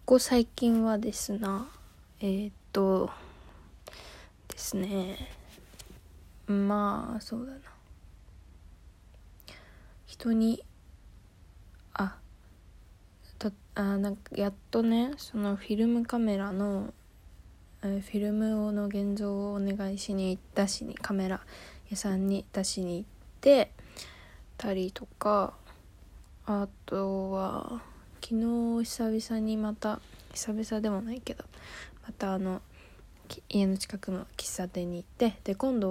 こ最近はですなですね、まあそうだな、人になんかやっとね、そのフィルムカメラのフィルムの現像をお願いしに出しにカメラ屋さんに出しに行ってたりとか、あとは昨日久々でもないけどまた家の近くの喫茶店に行って、で今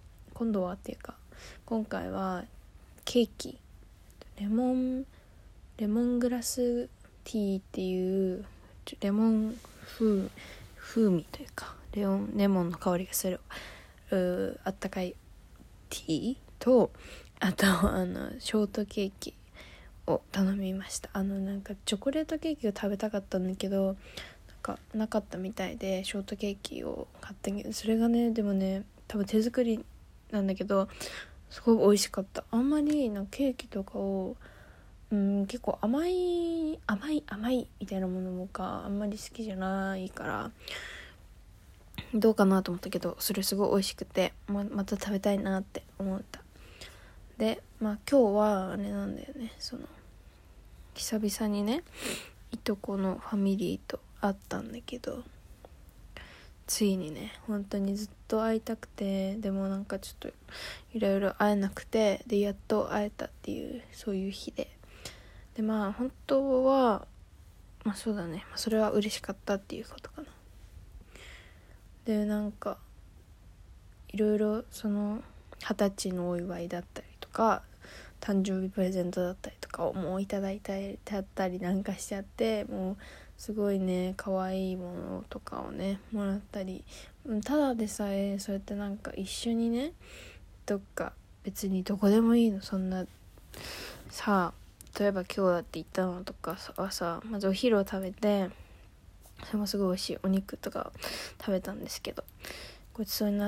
回はケーキ、レモングラスティーっていうレモン風味というかレモンの香りがするあったかいティーと、あとショートケーキを頼みました。なんかチョコレートケーキを食べたかったんだけどなかったみたいで、ショートケーキを買ったけど、それがね、でもね多分手作りなんだけどすごい美味しかった。あんまりなんかケーキとかを結構甘いみたいなものがあんまり好きじゃないからどうかなと思ったけど、それすごい美味しくてまた食べたいなって思った。で今日はあれなんだよね、久々にねいとこのファミリーと会ったんだけど、ついにね本当にずっと会いたくて、でもなんかちょっといろいろ会えなくて、でやっと会えたっていうそういう日で、本当はそうだね、それは嬉しかったっていうことかな。でなんかいろいろ20歳のお祝いだったりとか誕生日プレゼントだったりとかをもういただいたりなんかしちゃって、もうすごいね可愛いものとかをねもらったり、ただでさえそうやってなんか一緒にねどっか別にどこでもいいの、そんなさ、例えば今日だって行ったのとかはさ、まずお昼を食べて、それもすごい美味しいお肉とか食べたんですけど、ごちそうになって、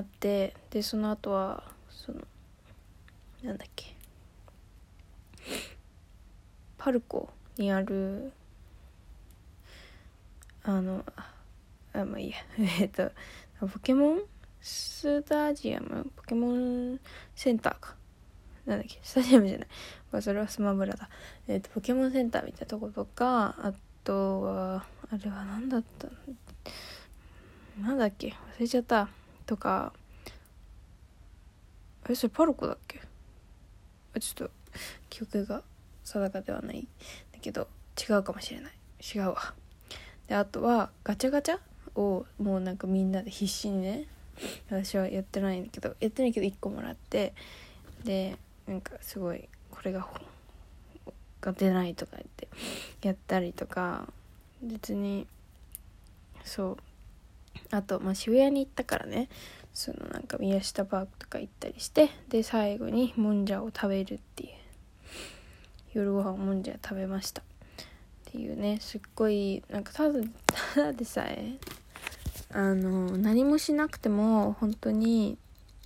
でその後はなんだっけ、パルコにあるまあいいやポケモンスタジアム、ポケモンセンターか、なんだっけ、スタジアムじゃない、それはスマブラだ。ポケモンセンターみたいなとことか、あとはあれは何だったなんだっけ、忘れちゃったとか、それパルコだっけ、ちょっと記憶が定かではないんだけど、違うかもしれない、違うわ。であとはガチャガチャをもうなんかみんなで必死にね、私はやってないけど1個もらって、でなんかすごいこれが出ないとか言ってやったりとか、別にあと渋谷に行ったからね、なんか宮下パークとか行ったりして、で最後にもんじゃを食べるっていう、夜ご飯もんじゃ食べましたっていうね、すっごいなんかただでさえ何もしなくても本当に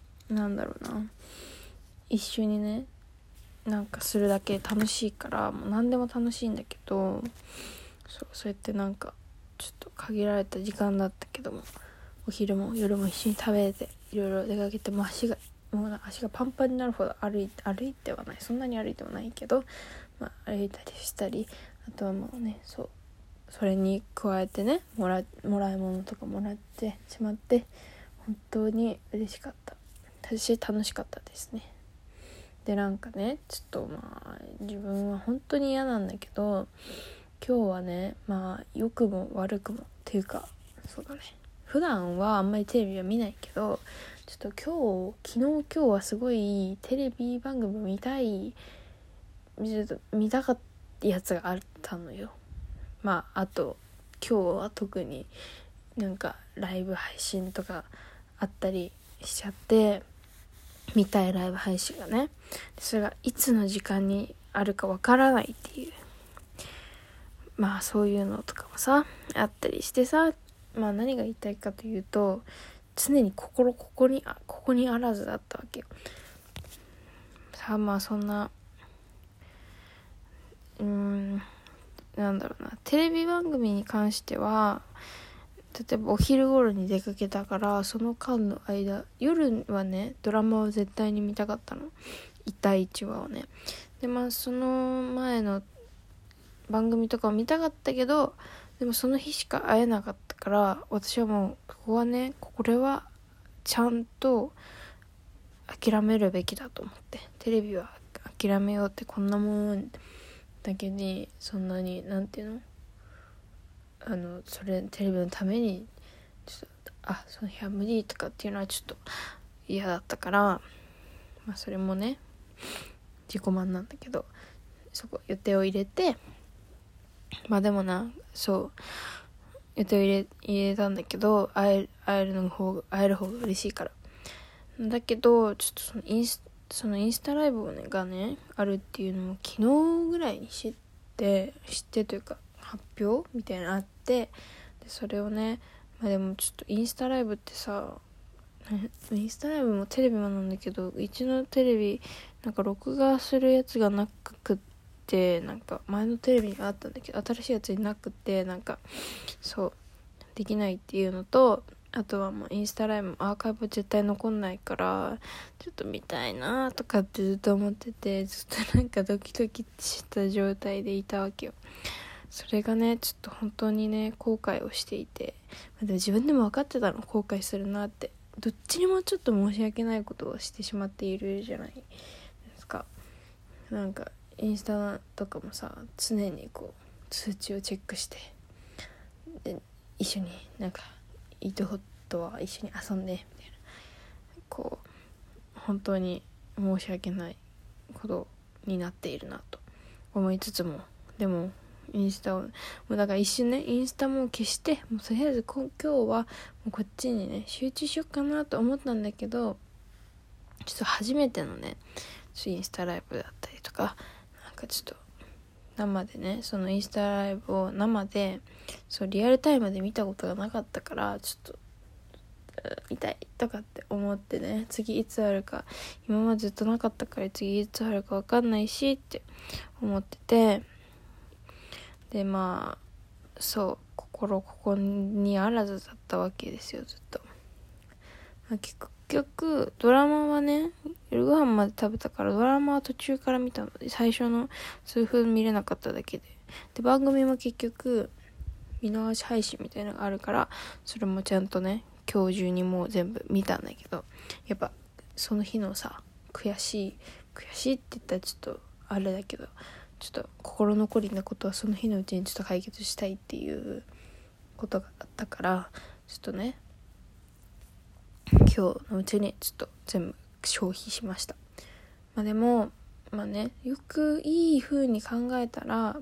一緒にねなんかするだけ楽しいから、もう何でも楽しいんだけど、そうやってなんかちょっと限られた時間だったけども、お昼も夜も一緒に食べていろいろ出かけて、足がパンパンになるほど歩いてはない、そんなに歩いてもないけど、歩いたりしたり、あとはもうねそれに加えてねもらい物とかもらってしまって、本当に嬉しかった。私楽しかったですね。でなんかねちょっと自分は本当に嫌なんだけど、今日はね良くも悪くもっていうか、そうだね、普段はあんまりテレビは見ないけど、ちょっと今日はすごいテレビ番組見たかったやつがあったのよ。あと今日は特になんかライブ配信とかあったりしちゃって、見たいライブ配信がね、それがいつの時間にあるかわからないっていう、そういうのとかもさあったりしてさ、何が言いたいかというと、常にここにあらずだったわけよ。さあそんなテレビ番組に関しては例えばお昼頃に出かけたから、その間の間夜はねドラマを絶対に見たかったの、1対1話をね。でその前の番組とかを見たかったけど、でもその日しか会えなかったから、私はもうこれはちゃんと諦めるべきだと思って、テレビは諦めようって、こんなもんだけにそんなにそれテレビのためにちょっとその日は無理とかっていうのはちょっと嫌だったから、それもね自己満なんだけど、そこ予定を入れて、でも予定を入れたんだけど、会える方が嬉しいから。だけどちょっとそのインスタライブがねあるっていうのも昨日ぐらいに知ってというか発表みたいなのあって、でそれをねでもちょっとインスタライブってさ、インスタライブもテレビもなんだけど、うちのテレビ録画するやつがなくって、前のテレビにあったんだけど新しいやつになくて、できないっていうのと、あとはもうインスタライブもアーカイブ絶対残んないからちょっと見たいなとかってずっと思ってて、ずっとドキドキした状態でいたわけよ。それがねちょっと本当にね後悔をしていて、でも自分でも分かってたの、後悔するなって。どっちにもちょっと申し訳ないことをしてしまっているじゃないですか。インスタとかもさ、常に通知をチェックして、で一緒にいとことは一緒に遊んでみたいな、本当に申し訳ないことになっているなと思いつつも、でもインスタをだから一瞬ねインスタも消して、もうとりあえず今日はもうこっちにね集中しようかなと思ったんだけど、ちょっと初めてのねインスタライブだったりとか、ちょっと生でねそのインスタライブを生でリアルタイムで見たことがなかったから、ちょっと見たいとかって思ってね、次いつあるか、今までずっとなかったから次いつあるか分かんないしって思ってて、で心ここにあらずだったわけですよ、ずっと。結局ドラマはね夜ご飯まで食べたから、ドラマは途中から見たので最初の数分見れなかっただけで、番組も結局見逃し配信みたいなのがあるから、それもちゃんとね今日中にもう全部見たんだけど、やっぱその日の悔しいって言ったらちょっとあれだけど、ちょっと心残りなことはその日のうちにちょっと解決したいっていうことがあったから、ちょっとね今日のうちにちょっと全部消費しました。でもよくいい風に考えたら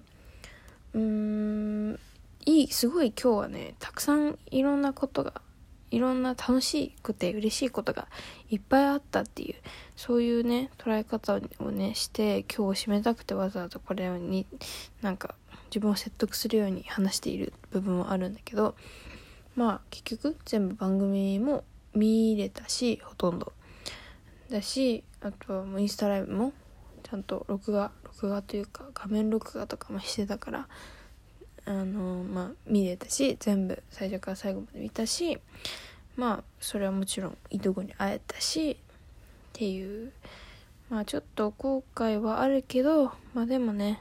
すごい今日はねたくさんいろんな楽しくて嬉しいことがいっぱいあったっていう、そういうね捉え方をねして今日を締めたくて、わざわざこれに自分を説得するように話している部分もあるんだけど、結局全部番組も見れたし、ほとんどだし、あとはもうインスタライブもちゃんと録画というか画面録画とかもしてたから、見れたし、全部最初から最後まで見たし、それはもちろんいとこに会えたしっていう、ちょっと後悔はあるけど、でもね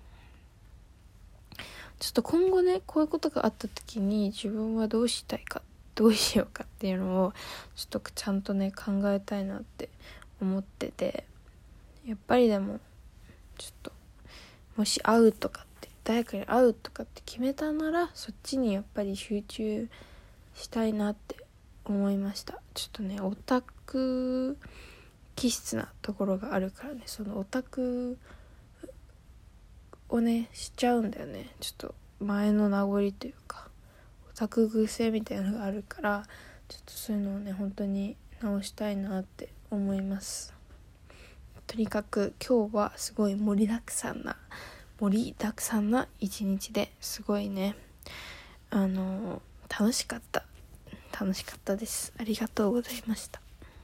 ちょっと今後ねこういうことがあった時に自分はどうしようかっていうのをちょっとちゃんとね考えたいなって思ってて、やっぱりでもちょっともし誰かに会うとかって決めたなら、そっちにやっぱり集中したいなって思いました。ちょっとねオタク気質なところがあるからね、そのオタクをねしちゃうんだよね。ちょっと前の名残というかオタク癖みたいなのがあるから、ちょっとそういうのをね本当に直したいなって思います。とにかく今日はすごい盛りだくさんな一日ですごいね楽しかったです。ありがとうございました。